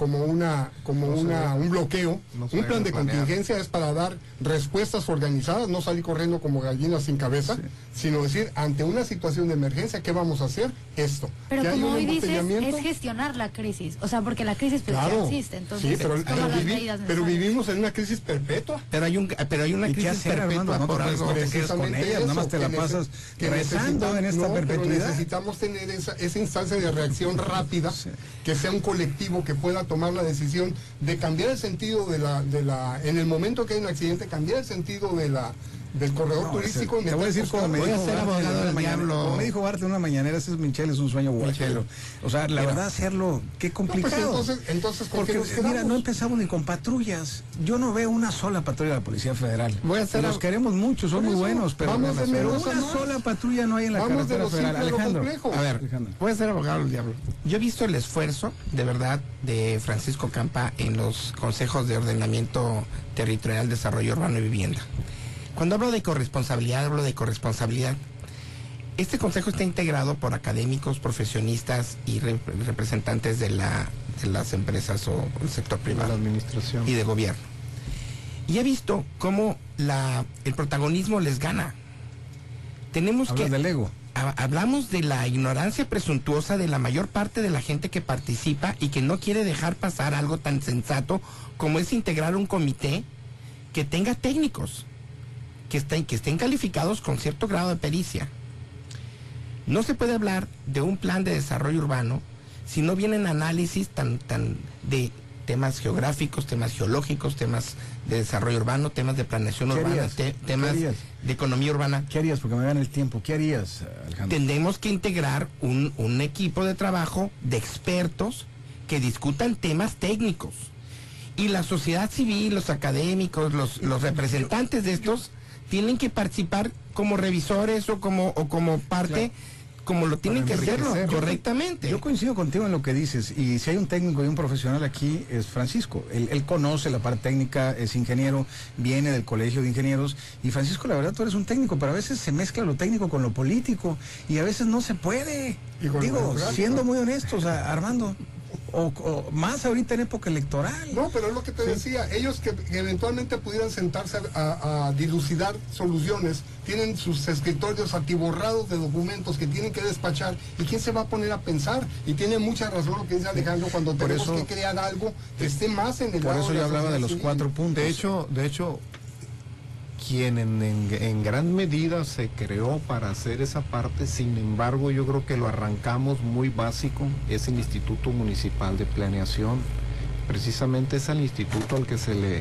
un bloqueo. Un plan de contingencia es para dar respuestas organizadas, no salir corriendo como gallinas sin cabeza, sino decir, ante una situación de emergencia, ¿qué vamos a hacer? Esto. Pero como hoy dices, es gestionar la crisis, o sea, porque la crisis pues ya existe, entonces pero vivimos en una crisis perpetua. Pero hay una crisis perpetua por algo. Con ellas, nada más te la pasas rezando en esta perpetuidad. Necesitamos tener esa instancia de reacción rápida, que sea un colectivo que pueda tomar la decisión de cambiar el sentido en el momento que hay un accidente, cambiar el sentido del corredor turístico. Te voy a decir como me dijo Bart en una mañanera, ese es Michel, es un sueño guachero. O sea, la verdad, hacerlo, qué complicado. Entonces porque mira, no empezamos ni con patrullas. Yo no veo una sola patrulla de la Policía Federal. Los queremos mucho, son muy buenos, pero una sola patrulla no hay en la carretera federal. Alejandro, a ver, voy a ser abogado del diablo. Yo he visto el esfuerzo, de verdad, de Francisco Campa en los consejos de ordenamiento territorial, desarrollo urbano y vivienda. Cuando hablo de corresponsabilidad, hablo de corresponsabilidad. Este consejo está integrado por académicos, profesionistas y representantes de las empresas o el sector privado. De la administración. Y de gobierno. Y he visto cómo el protagonismo les gana. Hablas del ego. Hablamos de la ignorancia presuntuosa de la mayor parte de la gente que participa y que no quiere dejar pasar algo tan sensato como es integrar un comité que tenga técnicos. Que estén calificados con cierto grado de pericia. No se puede hablar de un plan de desarrollo urbano si no vienen análisis tan de temas geográficos, temas geológicos, temas de desarrollo urbano, temas de planeación urbana, temas de economía urbana. ¿Qué harías? Porque me dan el tiempo. ¿Qué harías, Alejandro? Tenemos que integrar un equipo de trabajo de expertos que discutan temas técnicos. Y la sociedad civil, los académicos, los representantes de estos tienen que participar como revisores o como parte, como lo tienen que hacerlo correctamente. Yo coincido contigo en lo que dices, y si hay un técnico y un profesional aquí es Francisco. Él conoce la parte técnica, es ingeniero, viene del colegio de ingenieros, y Francisco, la verdad, tú eres un técnico, pero a veces se mezcla lo técnico con lo político, y a veces no se puede. Digo, siendo muy honestos, Armando. O más ahorita en época electoral. No, pero es lo que te decía, ellos que eventualmente pudieran sentarse a dilucidar soluciones, tienen sus escritorios atiborrados de documentos que tienen que despachar, y quién se va a poner a pensar, y tiene mucha razón lo que dice Alejandro, cuando tenemos que crear algo que esté más en el lado. Por eso yo hablaba de los 4 puntos. De hecho, quien en gran medida se creó para hacer esa parte, sin embargo yo creo que lo arrancamos muy básico, es el Instituto Municipal de Planeación. Precisamente es al instituto al que se le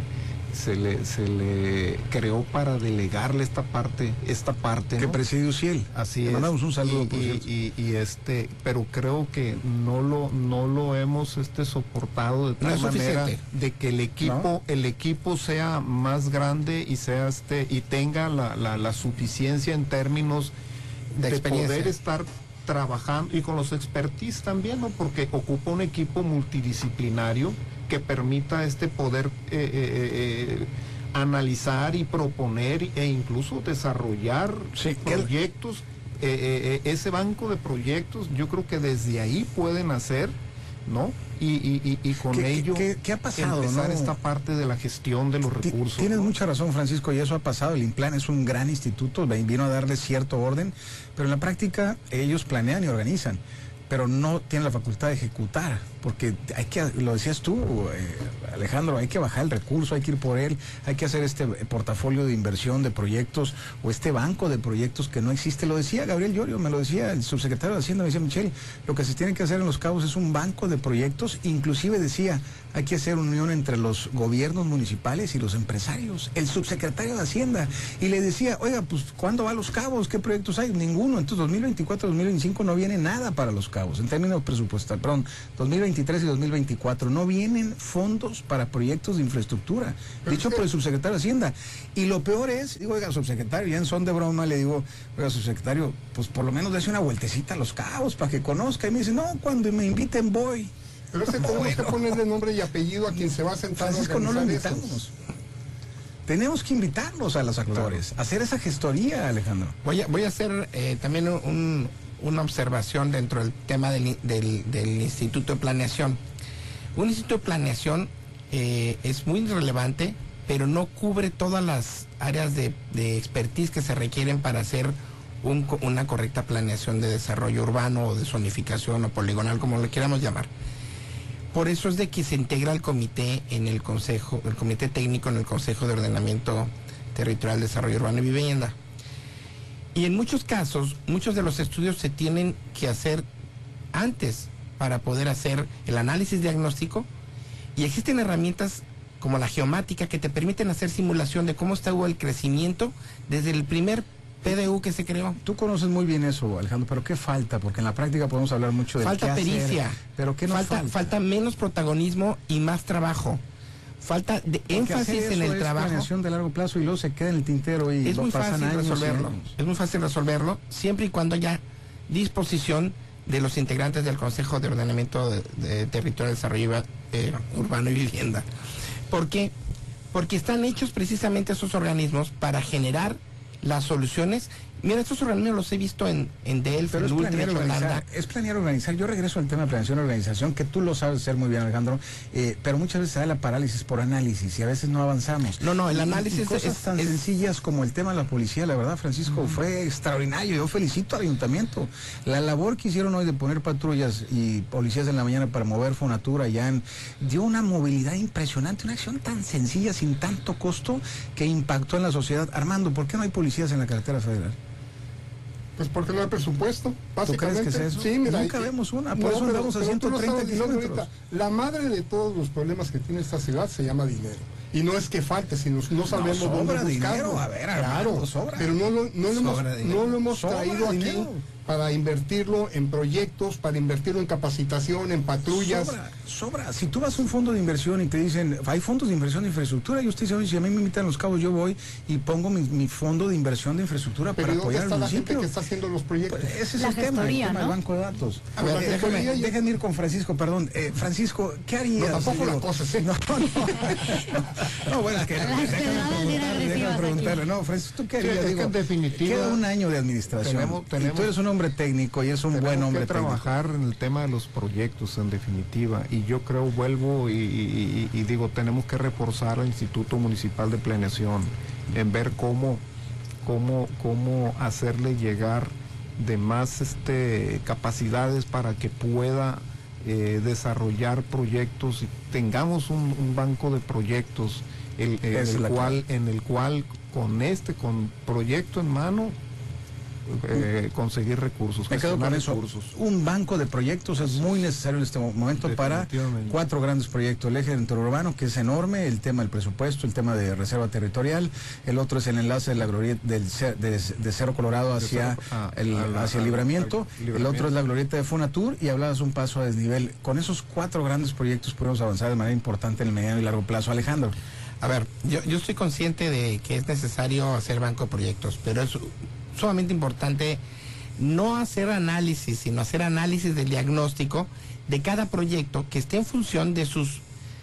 creó para delegarle esta parte, que ¿no? preside Uciel. Así es. Mandamos un saludo, por pero creo que no lo hemos soportado de tal manera de que el equipo sea más grande y sea y tenga la suficiencia en términos de poder estar trabajando, y con los expertise también, ¿no? Porque ocupa un equipo multidisciplinario que permita poder analizar y proponer e incluso desarrollar proyectos. Ese banco de proyectos, yo creo que desde ahí pueden hacer ¿no? Y con ello ¿Qué ha pasado, empezar no? esta parte de la gestión de los recursos. Tienes ¿no? mucha razón, Francisco, y eso ha pasado. El INPLAN es un gran instituto, vino a darle cierto orden, pero en la práctica ellos planean y organizan, pero no tienen la facultad de ejecutar, porque hay que, lo decías tú, Alejandro, hay que bajar el recurso, hay que ir por él, hay que hacer este portafolio de inversión de proyectos o este banco de proyectos que no existe. Lo decía Gabriel Llorio, me lo decía el subsecretario de Hacienda, me decía Michel, lo que se tiene que hacer en Los Cabos es un banco de proyectos, inclusive decía, hay que hacer unión entre los gobiernos municipales y los empresarios. El subsecretario de Hacienda, y le decía, oiga, pues ¿cuándo va a Los Cabos? ¿Qué proyectos hay? Ninguno. Entonces 2024, 2025 no viene nada para Los Cabos, en términos presupuestales, perdón, 2023 y 2024 no vienen fondos para proyectos de infraestructura, dicho por el subsecretario de Hacienda. Y lo peor es, digo, oiga, subsecretario, ya en son de broma le digo, oiga, subsecretario, pues por lo menos dése una vueltecita a Los Cabos para que conozca. Y me dice, no, cuando me inviten voy. Pero tenemos que ponerle nombre y apellido a quien se va a sentar. Francisco, no lo invitamos. Esos. Tenemos que invitarlos a los actores, a hacer esa gestoría, Alejandro. Voy a hacer también una observación dentro del tema del Instituto de Planeación. Un Instituto de Planeación es muy relevante, pero no cubre todas las áreas de expertise que se requieren para hacer una correcta planeación de desarrollo urbano o de zonificación o poligonal, como lo queramos llamar. Por eso es de que se integra el comité en el consejo, el comité técnico en el Consejo de Ordenamiento Territorial, Desarrollo Urbano y Vivienda. Y en muchos casos, muchos de los estudios se tienen que hacer antes para poder hacer el análisis diagnóstico, y existen herramientas como la geomática que te permiten hacer simulación de cómo estuvo el crecimiento desde el primer PDU que se creó. Tú conoces muy bien eso, Alejandro, pero ¿qué falta? Porque en la práctica podemos hablar mucho de falta pericia, pero ¿qué nos falta? Falta menos protagonismo y más trabajo. Falta de énfasis en el trabajo. Planeación de largo plazo y luego se queda en el tintero y es muy fácil resolverlo. Es muy fácil resolverlo siempre y cuando haya disposición de los integrantes del Consejo de Ordenamiento de Territorial, Desarrollo Urbano y Vivienda. ¿Por qué? Porque están hechos precisamente esos organismos para generar las soluciones. Mira, estos organismos los he visto en Delft, pero en Utrecht, en Holanda. Es planear, organizar. Yo regreso al tema de planeación y organización, que tú lo sabes hacer muy bien, Alejandro, pero muchas veces se da la parálisis por análisis y a veces no avanzamos. No, el análisis y cosas tan sencillas como el tema de la policía, la verdad, Francisco, fue extraordinario. Yo felicito al ayuntamiento. La labor que hicieron hoy de poner patrullas y policías en la mañana para mover Fonatura dio una movilidad impresionante, una acción tan sencilla, sin tanto costo, que impactó en la sociedad. Armando, ¿por qué no hay policías en la carretera federal? Pues porque no hay presupuesto, básicamente. ¿Tú crees que es eso? Sí, mira, nunca vemos una, por eso andamos a 130 kilómetros. La madre de todos los problemas que tiene esta ciudad se llama dinero. Y no es que falte, sino no sabemos dónde buscarlo. Dinero, a ver, claro, sobra. Pero no lo hemos traído aquí dinero para invertirlo en proyectos, para invertirlo en capacitación, en patrullas. Sobra. Si tú vas a un fondo de inversión y te dicen, hay fondos de inversión de infraestructura, y usted dice, oye, si a mí me invitan a Los Cabos, yo voy y pongo mi fondo de inversión de infraestructura para apoyar al municipio. Pero ¿dónde está la gente que está haciendo los proyectos? Pues ese es el tema del banco de datos. A ver, déjenme ir con Francisco, perdón. Francisco, ¿qué harías? No, tampoco la cosa, sí. No, bueno, es que déjame preguntarle. No, Francisco, ¿tú qué harías? Sí, en definitiva, queda un año de administración. Y tú eres un hombre técnico y es un buen hombre técnico. Tenemos que trabajar en el tema de los proyectos, en definitiva. Y yo creo, vuelvo y digo, tenemos que reforzar al Instituto Municipal de Planeación en ver cómo hacerle llegar de más capacidades para que pueda desarrollar proyectos y tengamos un banco de proyectos en el cual con proyecto en mano conseguir recursos. Me quedo con eso. Un banco de proyectos es muy necesario en este momento para 4 grandes proyectos. El eje interurbano, que es enorme, el tema del presupuesto, el tema de reserva territorial, el otro es el enlace de la glorieta de Cerro Colorado hacia el Libramiento, el otro es la glorieta de Fonatur, y hablabas un paso a desnivel. Con esos 4 grandes proyectos podemos avanzar de manera importante en el mediano y largo plazo. Alejandro. A ver, yo estoy consciente de que es necesario hacer banco de proyectos, pero es sumamente importante no hacer análisis, sino hacer análisis del diagnóstico de cada proyecto que esté en función de sus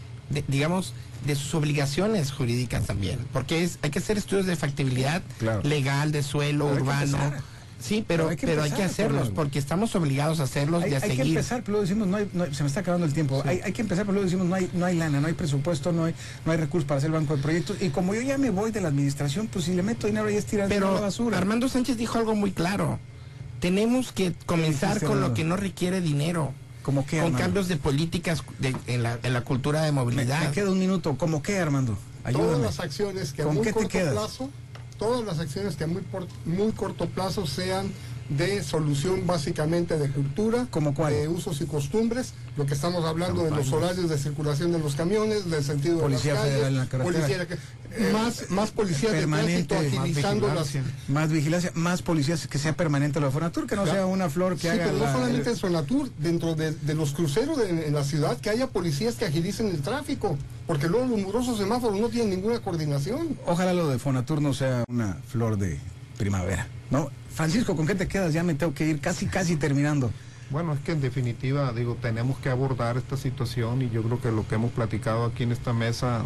obligaciones jurídicas también, porque hay que hacer estudios de factibilidad legal, de suelo, urbano, Sí, pero hay que hacerlos, porque estamos obligados a hacerlos y a seguir. Hay que empezar, pero luego decimos, se me está acabando el tiempo. Sí. Hay que empezar, pero luego decimos, no hay lana, no hay presupuesto, no hay recursos para hacer el banco de proyectos. Y como yo ya me voy de la administración, pues si le meto dinero ahí es tirar a la basura. Armando Sánchez dijo algo muy claro. Tenemos que comenzar con lo que no requiere dinero. ¿Cómo qué, con Armando? Cambios de políticas en la cultura de movilidad. Me queda un minuto. ¿Cómo qué, Armando? Ayúdame. Todas las acciones que a muy corto plazo, todas las acciones que a muy corto plazo sean de solución básicamente de cultura, ¿Cómo cuál? De usos y costumbres, lo que estamos hablando de los horarios de circulación de los camiones, del sentido Policía de las federal calles, en la carretera. más policía de tránsito, agilizando más vigilancia, más policías, que sea permanente la Fonatur, que no sea una flor que haga. Pero no solamente en Fonatur, dentro de los cruceros en la ciudad, que haya policías que agilicen el tráfico, porque luego los mugrosos semáforos no tienen ninguna coordinación. Ojalá lo de Fonatur no sea una flor de primavera, ¿no? Francisco, ¿con qué te quedas? Ya me tengo que ir casi terminando. Bueno, es que en definitiva, tenemos que abordar esta situación y yo creo que lo que hemos platicado aquí en esta mesa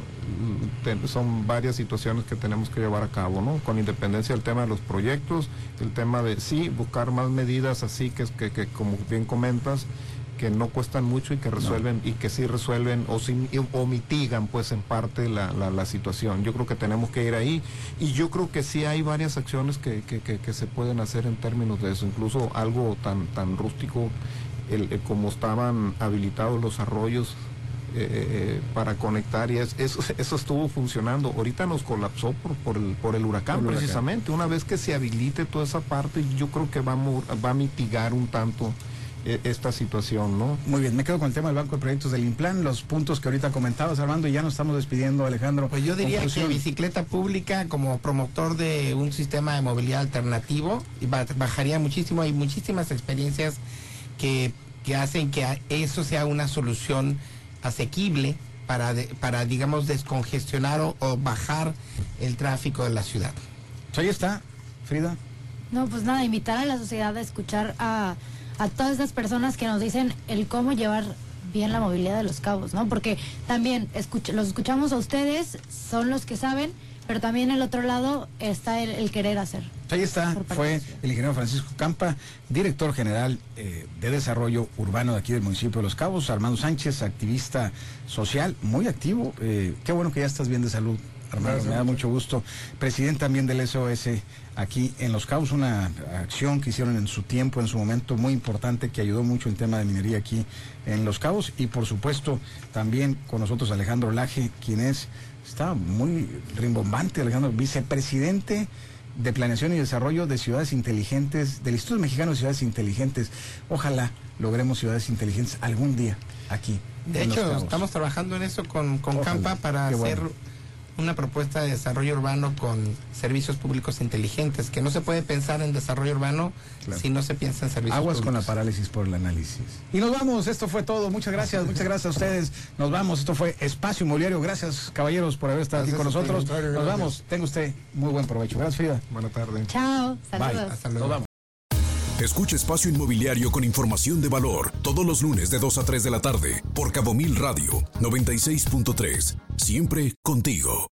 son varias situaciones que tenemos que llevar a cabo, ¿no? Con independencia del tema de los proyectos, el tema de buscar más medidas así que como bien comentas, que no cuestan mucho y que resuelven, y que sí resuelven o mitigan pues en parte la situación. Yo creo que tenemos que ir ahí, y yo creo que sí hay varias acciones que se pueden hacer en términos de eso, incluso algo tan rústico, como estaban habilitados los arroyos para conectar, y eso estuvo funcionando. Ahorita nos colapsó por el huracán precisamente. Una vez que se habilite toda esa parte, yo creo que va a mitigar un tanto esta situación, ¿no? Muy bien, me quedo con el tema del Banco de Proyectos del Implan, los puntos que ahorita comentabas, Armando, y ya nos estamos despidiendo, Alejandro. Pues yo diría que bicicleta pública, como promotor de un sistema de movilidad alternativo, bajaría muchísimo. Hay muchísimas experiencias que hacen que eso sea una solución asequible para digamos, descongestionar o bajar el tráfico de la ciudad. Pues ahí está, Frida. No, pues nada, invitar a la sociedad a escuchar a todas esas personas que nos dicen el cómo llevar bien la movilidad de Los Cabos, ¿no? Porque también los escuchamos a ustedes, son los que saben, pero también el otro lado está el querer hacer. Ahí está, fue el ingeniero Francisco Campa, director general de Desarrollo Urbano de aquí del municipio de Los Cabos. Armando Sánchez, activista social, muy activo. Qué bueno que ya estás bien de salud, Armando, me da mucho gusto. Presidente también del SOS aquí en Los Cabos, una acción que hicieron en su tiempo, en su momento, muy importante, que ayudó mucho en tema de minería aquí en Los Cabos. Y por supuesto, también con nosotros Alejandro Laje, quien está muy rimbombante, Alejandro, vicepresidente de Planeación y Desarrollo de Ciudades Inteligentes, del Instituto Mexicano de Ciudades Inteligentes. Ojalá logremos ciudades inteligentes algún día aquí. De hecho, estamos trabajando en eso con Campa para hacer una propuesta de desarrollo urbano con servicios públicos inteligentes, que no se puede pensar en desarrollo urbano si no se piensa en servicios Aguas públicos. Con la parálisis por el análisis. Y nos vamos, esto fue todo, muchas gracias a ustedes, nos vamos, esto fue Espacio Inmobiliario, gracias caballeros por haber estado aquí con nosotros, nos vamos, tenga usted muy buen provecho, gracias Frida. Buenas tardes. Chao, saludos. Bye. Hasta luego. Nos vamos. Escucha Espacio Inmobiliario con información de valor todos los lunes de 2 a 3 de la tarde por Cabo Mil Radio 96.3. Siempre contigo.